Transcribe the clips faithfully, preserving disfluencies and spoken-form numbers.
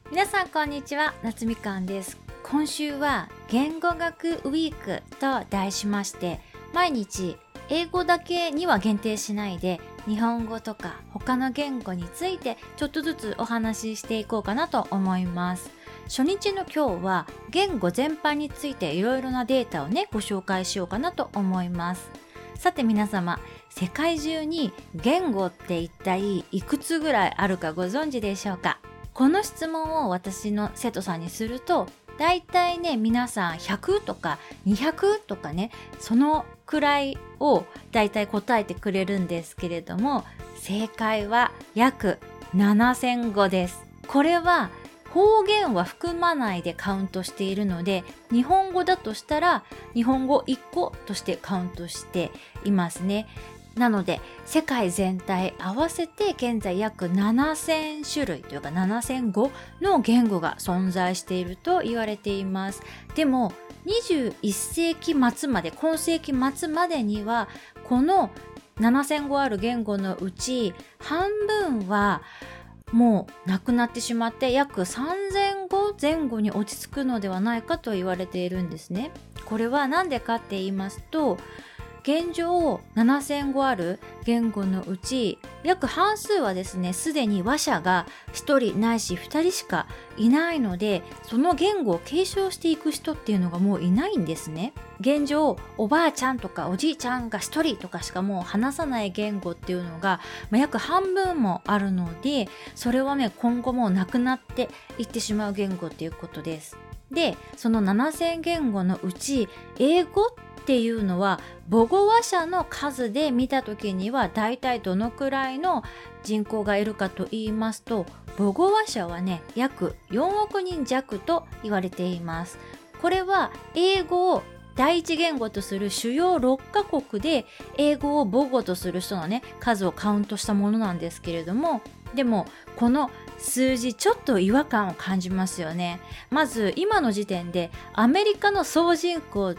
皆さんこんにちは、夏みかんです。今週は言語学ウィークと題しまして、毎日英語だけには限定しないで日本語とか他の言語についてちょっとずつお話ししていこうかなと思います。初日の今日は言語全般についていろいろなデータをねご紹介しようかなと思います。さて皆様、世界中に言語って一体いくつぐらいあるかご存知でしょうか？この質問を私の生徒さんにすると、だいたいね皆さんひゃくとかにひゃくとかね、そのくらいをだいたい答えてくれるんですけれども、正解は約ななせんごです。これは方言は含まないでカウントしているので、日本語だとしたら日本語いっことしてカウントしていますね。なので世界全体合わせて現在約ななせんしゅるいというかななせんごの言語が存在していると言われています。でもにじゅういっせいき末まで、今世紀末までにはこのななせんごある言語のうち半分はもうなくなってしまって、約さんぜんごぜん後に落ち着くのではないかと言われているんですね。これは何でかって言いますと、現状ななせんごある言語のうち約半数はですね、すでに話者がひとりないしふたりしかいないので、その言語を継承していく人っていうのがもういないんですね。現状おばあちゃんとかおじいちゃんがひとりとかしかもう話さない言語っていうのが、まあ、約半分もあるので、それはね今後もうなくなっていってしまう言語っていうことです。で、そのななせん言語のうち英語っていうのは母語話者の数で見た時にはだいたいどのくらいの人口がいるかと言いますと、母語話者はね約よんおくにんじゃくと言われています。これは英語を第一言語とする主要ろっかこくで英語を母語とする人のね数をカウントしたものなんですけれども、でもこの数字ちょっと違和感を感じますよね。まず今の時点でアメリカの総人口って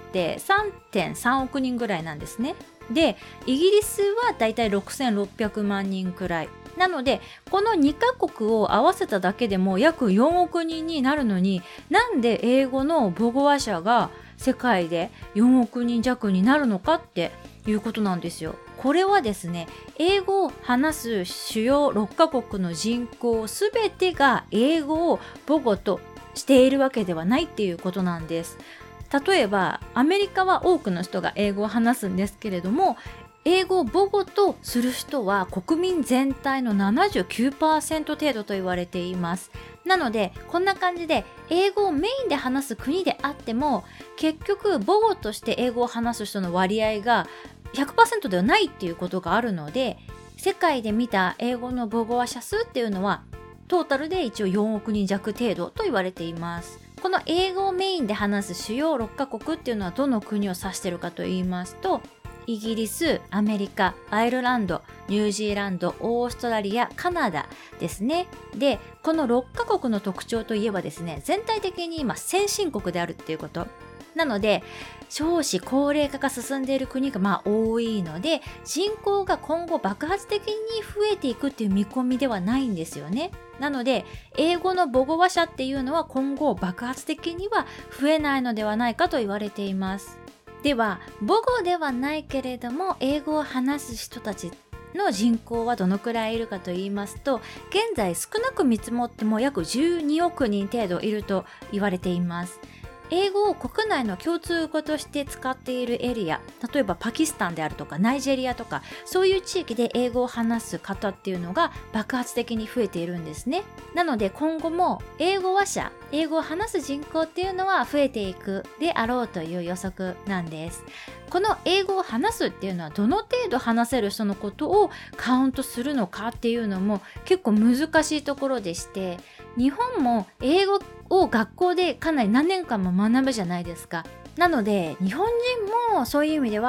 さんてんさんおくにんぐらいなんですね。で、イギリスはだいたいろくせんろっぴゃくまんにんくらいなので、このにかこくを合わせただけでも約よんおくにんになるのに、なんで英語の母語話者が世界でよんおくにんじゃくになるのかっていうことなんですよ。これはですね、英語を話す主要ろっかこくの人口すべてが英語を母語としているわけではないっていうことなんです。例えばアメリカは多くの人が英語を話すんですけれども、英語を母語とする人は国民全体の ななじゅうきゅうパーセント 程度と言われています。なのでこんな感じで英語をメインで話す国であっても、結局母語として英語を話す人の割合がひゃくパーセント ではないっていうことがあるので、世界で見た英語の母語話者数っていうのはトータルで一応よんおくにんじゃく程度と言われています。この英語をメインで話す主要ろっかこくっていうのはどの国を指しているかと言いますと、イギリス、アメリカ、アイルランド、ニュージーランド、オーストラリア、カナダですね。で、このろっかこくの特徴といえばですね、全体的に今先進国であるっていうこと。なので少子高齢化が進んでいる国がまあ多いので、人口が今後爆発的に増えていくっていう見込みではないんですよね。なので英語の母語話者っていうのは今後爆発的には増えないのではないかと言われています。では母語ではないけれども英語を話す人たちの人口はどのくらいいるかと言いますと、現在少なく見積もっても約じゅうにおくにん程度いると言われています。英語を国内の共通語として使っているエリア、例えばパキスタンであるとかナイジェリアとか、そういう地域で英語を話す方っていうのが爆発的に増えているんですね。なので今後も英語話者、英語を話す人口っていうのは増えていくであろうという予測なんです。この英語を話すっていうのはどの程度話せる人のことをカウントするのかっていうのも結構難しいところでして、日本も英語を学校でかなり何年間も学ぶじゃないですか。なので日本人もそういう意味では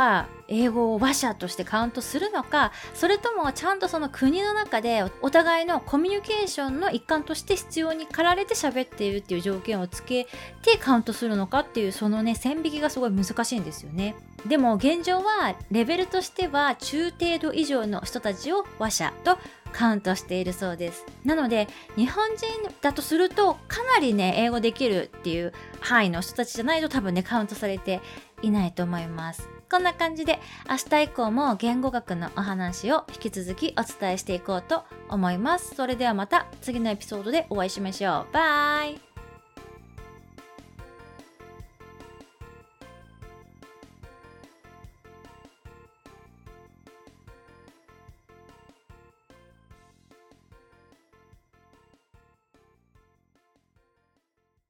英語を話者としてカウントするのか、それともちゃんとその国の中でお互いのコミュニケーションの一環として必要に駆られて喋っているっていう条件をつけてカウントするのかっていう、そのね線引きがすごい難しいんですよね。でも現状はレベルとしては中程度以上の人たちを話者とカウントしているそうです。なので日本人だとするとかなりね英語できるっていう範囲の人たちじゃないと多分ねカウントされていないと思います。こんな感じで明日以降も言語学のお話を引き続きお伝えしていこうと思います。それではまた次のエピソードでお会いしましょう。バイ。